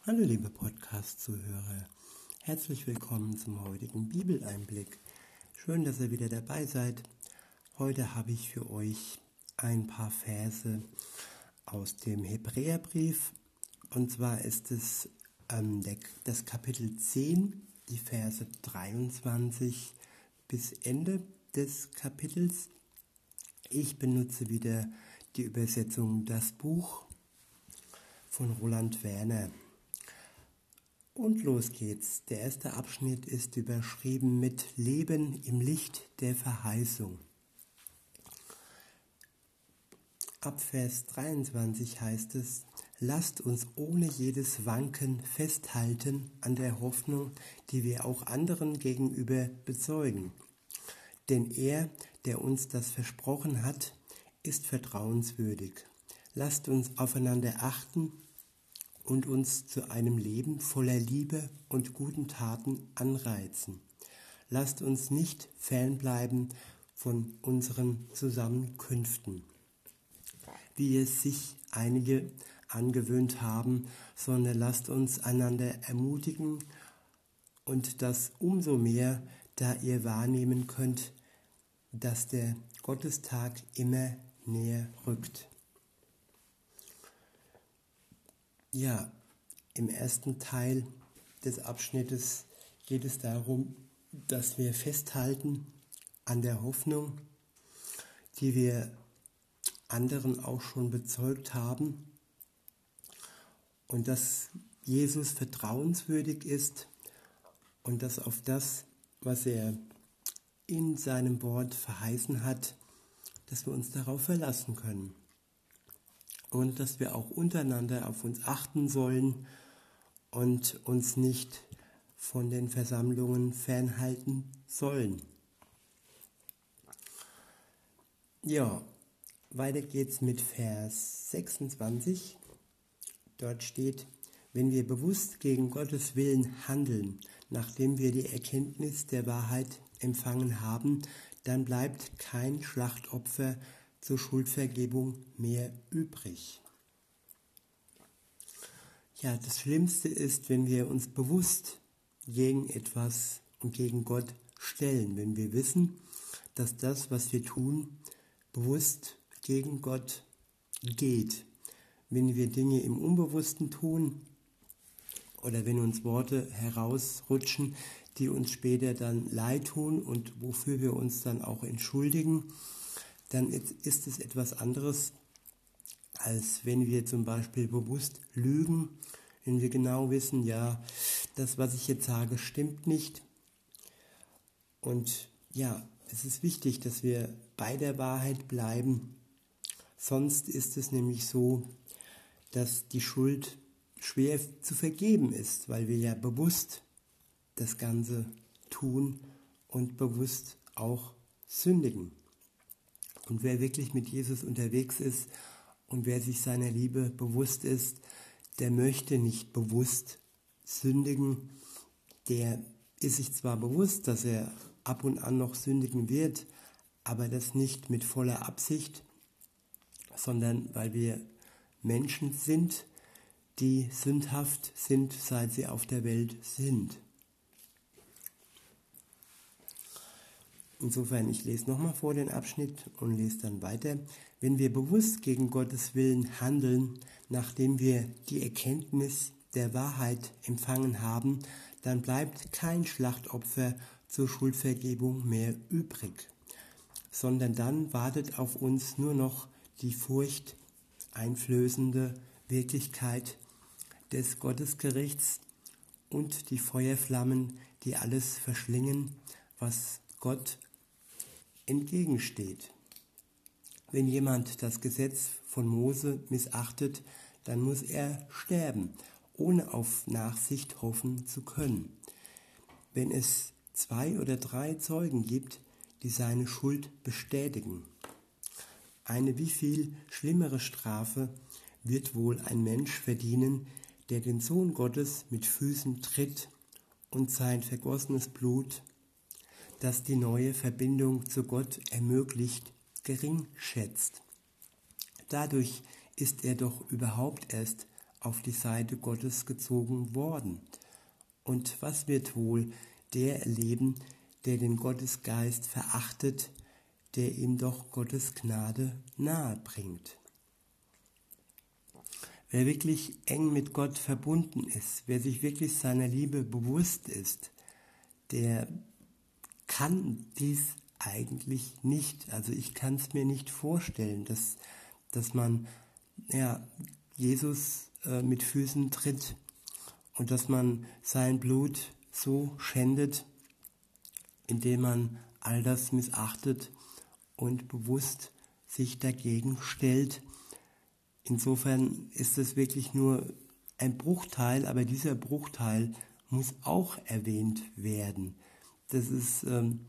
Hallo liebe Podcast-Zuhörer, herzlich willkommen zum heutigen Bibeleinblick. Schön, dass ihr wieder dabei seid. Heute habe ich für euch ein paar Verse aus dem Hebräerbrief. Und zwar ist es das Kapitel 10, die Verse 23 bis Ende des Kapitels. Ich benutze wieder die Übersetzung Das Buch von Roland Werner. Und los geht's. Der erste Abschnitt ist überschrieben mit Leben im Licht der Verheißung. Ab Vers 23 heißt es: Lasst uns ohne jedes Wanken festhalten an der Hoffnung, die wir auch anderen gegenüber bezeugen. Denn er, der uns das versprochen hat, ist vertrauenswürdig. Lasst uns aufeinander achten und uns zu einem Leben voller Liebe und guten Taten anreizen. Lasst uns nicht fernbleiben von unseren Zusammenkünften, wie es sich einige angewöhnt haben, sondern lasst uns einander ermutigen und das umso mehr, da ihr wahrnehmen könnt, dass der Gottestag immer näher rückt. Ja, im ersten Teil des Abschnittes geht es darum, dass wir festhalten an der Hoffnung, die wir anderen auch schon bezeugt haben, und dass Jesus vertrauenswürdig ist und dass auf das, was er in seinem Wort verheißen hat, dass wir uns darauf verlassen können. Und dass wir auch untereinander auf uns achten sollen und uns nicht von den Versammlungen fernhalten sollen. Ja, weiter geht's mit Vers 26. Dort steht: Wenn wir bewusst gegen Gottes Willen handeln, nachdem wir die Erkenntnis der Wahrheit empfangen haben, dann bleibt kein Schlachtopfer zur Schuldvergebung mehr übrig. Ja, das Schlimmste ist, wenn wir uns bewusst gegen etwas und gegen Gott stellen, wenn wir wissen, dass das, was wir tun, bewusst gegen Gott geht. Wenn wir Dinge im Unbewussten tun oder wenn uns Worte herausrutschen, die uns später dann leid tun und wofür wir uns dann auch entschuldigen, dann ist es etwas anderes, als wenn wir zum Beispiel bewusst lügen, wenn wir genau wissen, ja, das, was ich jetzt sage, stimmt nicht. Und ja, es ist wichtig, dass wir bei der Wahrheit bleiben. Sonst ist es nämlich so, dass die Schuld schwer zu vergeben ist, weil wir ja bewusst das Ganze tun und bewusst auch sündigen. Und wer wirklich mit Jesus unterwegs ist und wer sich seiner Liebe bewusst ist, der möchte nicht bewusst sündigen. Der ist sich zwar bewusst, dass er ab und an noch sündigen wird, aber das nicht mit voller Absicht, sondern weil wir Menschen sind, die sündhaft sind, seit sie auf der Welt sind. Insofern, ich lese nochmal vor den Abschnitt und lese dann weiter. Wenn wir bewusst gegen Gottes Willen handeln, nachdem wir die Erkenntnis der Wahrheit empfangen haben, dann bleibt kein Schlachtopfer zur Schuldvergebung mehr übrig, sondern dann wartet auf uns nur noch die furchteinflößende Wirklichkeit des Gottesgerichts und die Feuerflammen, die alles verschlingen, was Gott entgegensteht. Wenn jemand das Gesetz von Mose missachtet, dann muss er sterben, ohne auf Nachsicht hoffen zu können. Wenn es 2 oder 3 Zeugen gibt, die seine Schuld bestätigen. Eine wie viel schlimmere Strafe wird wohl ein Mensch verdienen, der den Sohn Gottes mit Füßen tritt und sein vergossenes Blut, das die neue Verbindung zu Gott ermöglicht, gering schätzt. Dadurch ist er doch überhaupt erst auf die Seite Gottes gezogen worden. Und was wird wohl der erleben, der den Gottesgeist verachtet, der ihm doch Gottes Gnade nahe bringt? Wer wirklich eng mit Gott verbunden ist, wer sich wirklich seiner Liebe bewusst ist, der kann dies eigentlich nicht. Also ich kann es mir nicht vorstellen, dass man Jesus mit Füßen tritt und dass man sein Blut so schändet, indem man all das missachtet und bewusst sich dagegen stellt. Insofern ist es wirklich nur ein Bruchteil, aber dieser Bruchteil muss auch erwähnt werden. Das ist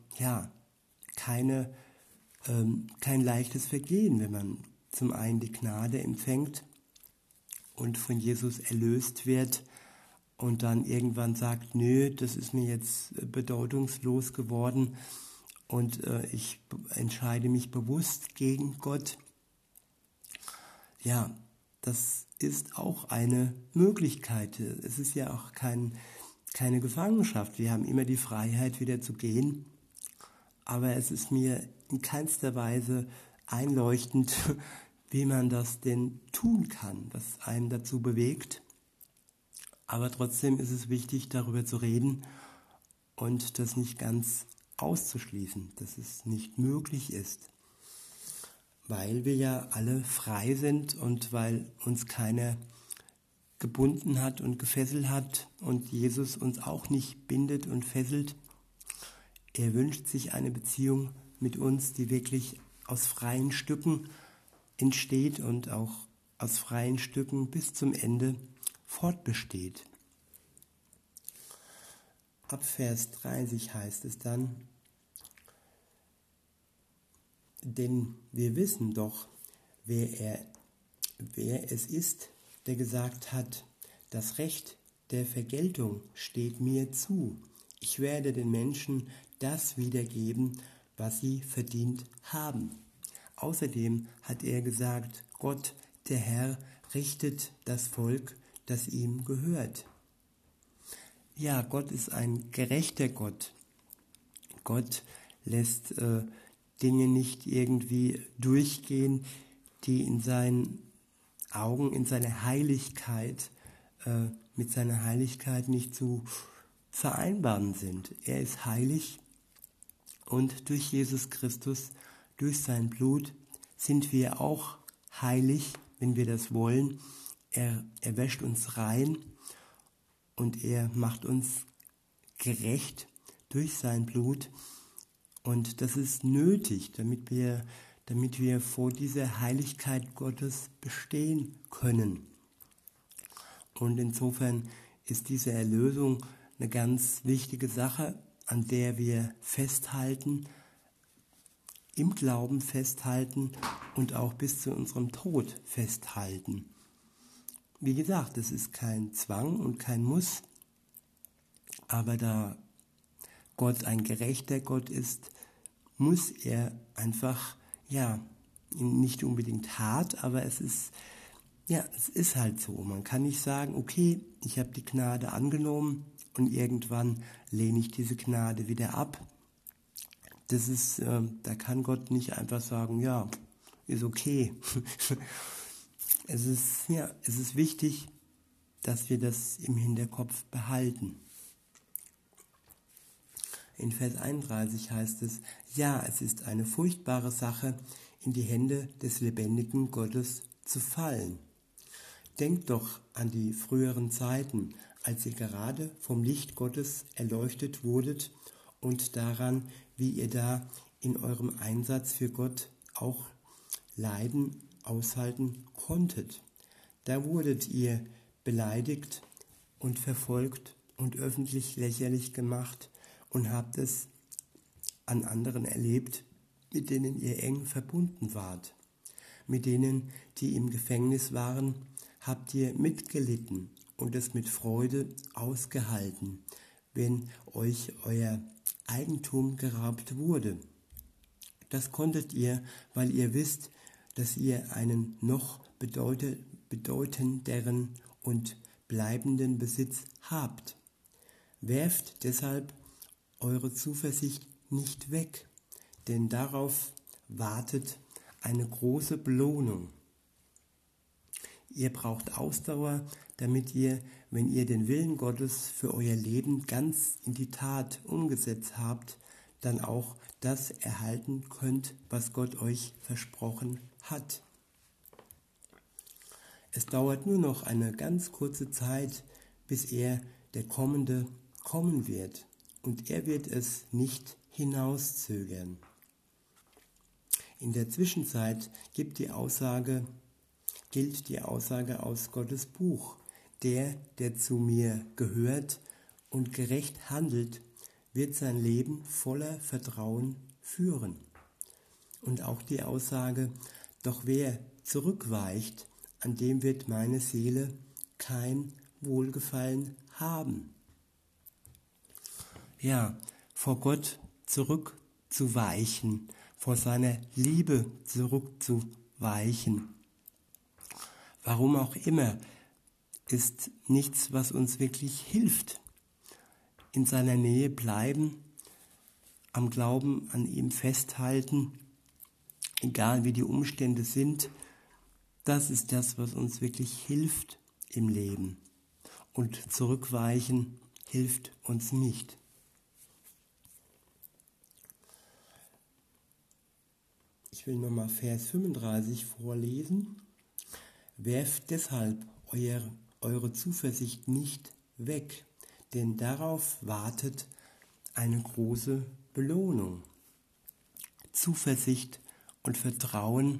kein leichtes Vergehen, wenn man zum einen die Gnade empfängt und von Jesus erlöst wird und dann irgendwann sagt, nö, das ist mir jetzt bedeutungslos geworden und ich entscheide mich bewusst gegen Gott. Ja, das ist auch eine Möglichkeit. Es ist ja auch keine Gefangenschaft. Wir haben immer die Freiheit, wieder zu gehen. Aber es ist mir in keinster Weise einleuchtend, wie man das denn tun kann, was einen dazu bewegt. Aber trotzdem ist es wichtig, darüber zu reden und das nicht ganz auszuschließen, dass es nicht möglich ist. Weil wir ja alle frei sind und weil uns keiner gebunden hat und gefesselt hat und Jesus uns auch nicht bindet und fesselt. Er wünscht sich eine Beziehung mit uns, die wirklich aus freien Stücken entsteht und auch aus freien Stücken bis zum Ende fortbesteht. Ab Vers 30 heißt es dann, denn wir wissen doch, wer es ist, der gesagt hat, das Recht der Vergeltung steht mir zu. Ich werde den Menschen das wiedergeben, was sie verdient haben. Außerdem hat er gesagt, Gott, der Herr, richtet das Volk, das ihm gehört. Ja, Gott ist ein gerechter Gott. Gott lässt Dinge nicht irgendwie durchgehen, die in seinen Augen, in seiner Heiligkeit, mit seiner Heiligkeit nicht zu vereinbaren sind. Er ist heilig und durch Jesus Christus, durch sein Blut sind wir auch heilig, wenn wir das wollen. Er wäscht uns rein und er macht uns gerecht durch sein Blut. Und das ist nötig, damit wir vor dieser Heiligkeit Gottes bestehen können. Und insofern ist diese Erlösung eine ganz wichtige Sache, an der wir festhalten, im Glauben festhalten und auch bis zu unserem Tod festhalten. Wie gesagt, es ist kein Zwang und kein Muss, aber da Gott ein gerechter Gott ist, muss er einfach, nicht unbedingt hart, aber es ist halt so. Man kann nicht sagen, okay, ich habe die Gnade angenommen und irgendwann lehne ich diese Gnade wieder ab. Da kann Gott nicht einfach sagen, ja, ist okay. Es ist wichtig, dass wir das im Hinterkopf behalten. In Vers 31 heißt es, ja, es ist eine furchtbare Sache, in die Hände des lebendigen Gottes zu fallen. Denkt doch an die früheren Zeiten, als ihr gerade vom Licht Gottes erleuchtet wurdet und daran, wie ihr da in eurem Einsatz für Gott auch Leiden aushalten konntet. Da wurdet ihr beleidigt und verfolgt und öffentlich lächerlich gemacht und habt es an anderen erlebt, mit denen ihr eng verbunden wart. Mit denen, die im Gefängnis waren, habt ihr mitgelitten und es mit Freude ausgehalten, wenn euch euer Eigentum geraubt wurde. Das konntet ihr, weil ihr wisst, dass ihr einen noch bedeutenderen und bleibenden Besitz habt. Werft deshalb eure Zuversicht nicht weg, denn darauf wartet eine große Belohnung. Ihr braucht Ausdauer, damit ihr, wenn ihr den Willen Gottes für euer Leben ganz in die Tat umgesetzt habt, dann auch das erhalten könnt, was Gott euch versprochen hat. Es dauert nur noch eine ganz kurze Zeit, bis er, der Kommende, kommen wird, und er wird es nicht hinauszögern. In der Zwischenzeit gilt die Aussage aus Gottes Buch: Der zu mir gehört und gerecht handelt, wird sein Leben voller Vertrauen führen. Und auch die Aussage: Doch wer zurückweicht, an dem wird meine Seele kein Wohlgefallen haben. Ja, vor Gott zurückzuweichen, vor seiner Liebe zurückzuweichen, warum auch immer, ist nichts, was uns wirklich hilft. In seiner Nähe bleiben, am Glauben an ihm festhalten, egal wie die Umstände sind, das ist das, was uns wirklich hilft im Leben. Und zurückweichen hilft uns nicht. Ich will nochmal Vers 35 vorlesen. Werft deshalb eure Zuversicht nicht weg, denn darauf wartet eine große Belohnung. Zuversicht und Vertrauen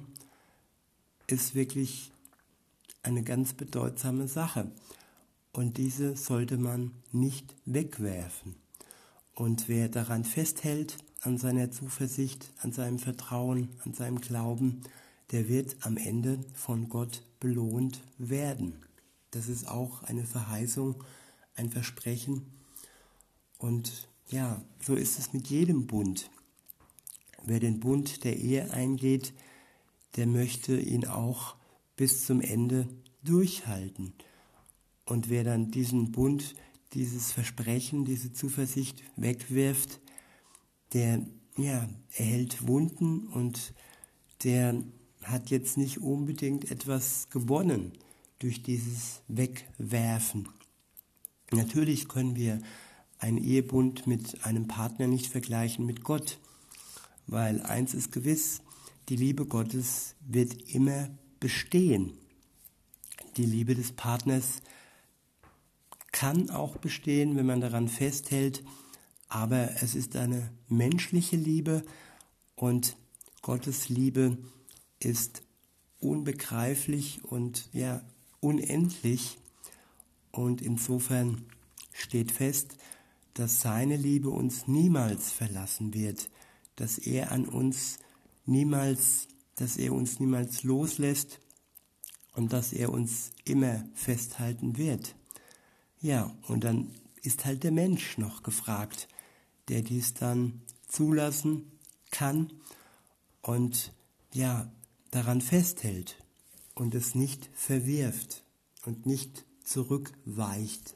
ist wirklich eine ganz bedeutsame Sache, und diese sollte man nicht wegwerfen. Und wer daran festhält, an seiner Zuversicht, an seinem Vertrauen, an seinem Glauben, der wird am Ende von Gott belohnt werden. Das ist auch eine Verheißung, ein Versprechen. Und ja, so ist es mit jedem Bund. Wer den Bund der Ehe eingeht, der möchte ihn auch bis zum Ende durchhalten. Und wer dann diesen Bund, dieses Versprechen, diese Zuversicht wegwirft, der erhält Wunden, und der hat jetzt nicht unbedingt etwas gewonnen durch dieses Wegwerfen. Natürlich können wir einen Ehebund mit einem Partner nicht vergleichen mit Gott, weil eins ist gewiss: die Liebe Gottes wird immer bestehen. Die Liebe des Partners kann auch bestehen, wenn man daran festhält, aber es ist eine menschliche Liebe, und Gottes Liebe ist unbegreiflich und unendlich, und insofern steht fest, dass seine Liebe uns niemals verlassen wird, dass er uns niemals loslässt und dass er uns immer festhalten wird. Ja, und dann ist halt der Mensch noch gefragt, der dies dann zulassen kann und daran festhält und es nicht verwirft und nicht zurückweicht.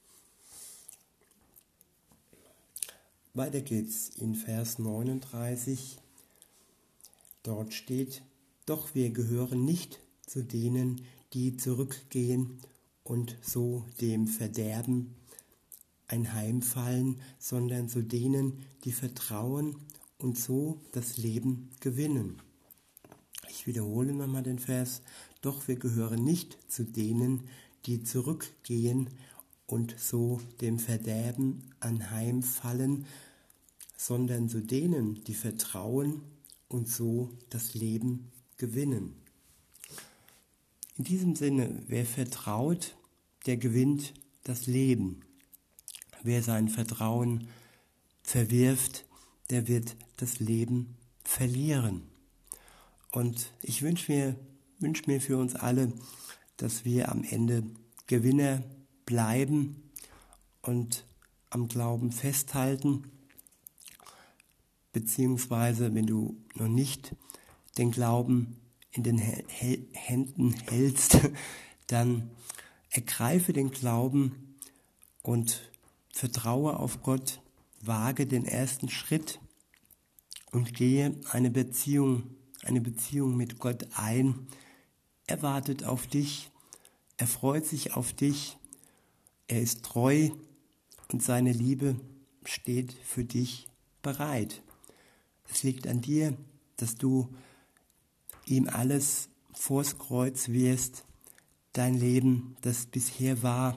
Weiter geht's in Vers 39. Dort steht: Doch wir gehören nicht zu denen, die zurückgehen und so dem Verderben anheimfallen, sondern zu denen, die vertrauen und so das Leben gewinnen. Ich wiederhole nochmal den Vers: Doch wir gehören nicht zu denen, die zurückgehen und so dem Verderben anheimfallen, sondern zu denen, die vertrauen und so das Leben gewinnen. In diesem Sinne, wer vertraut, der gewinnt das Leben. Wer sein Vertrauen verwirft, der wird das Leben verlieren. Und ich wünsche mir für uns alle, dass wir am Ende Gewinner bleiben und am Glauben festhalten, beziehungsweise wenn du noch nicht den Glauben in den Händen hältst, dann Ergreife den Glauben und vertraue auf Gott, wage den ersten Schritt und gehe eine Beziehung mit Gott ein. Er wartet auf dich, er freut sich auf dich, er ist treu und seine Liebe steht für dich bereit. Es liegt an dir, dass du ihm alles vors Kreuz wirst. Dein Leben, das bisher war,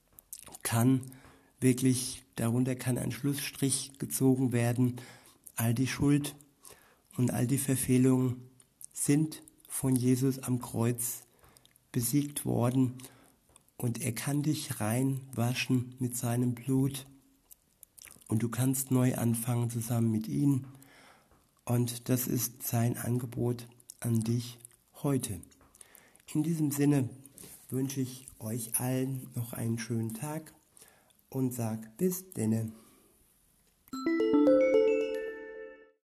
darunter kann ein Schlussstrich gezogen werden. All die Schuld und all die Verfehlungen sind von Jesus am Kreuz besiegt worden und er kann dich reinwaschen mit seinem Blut und du kannst neu anfangen zusammen mit ihm und das ist sein Angebot an dich heute. In diesem Sinne wünsche ich euch allen noch einen schönen Tag und sag bis denne.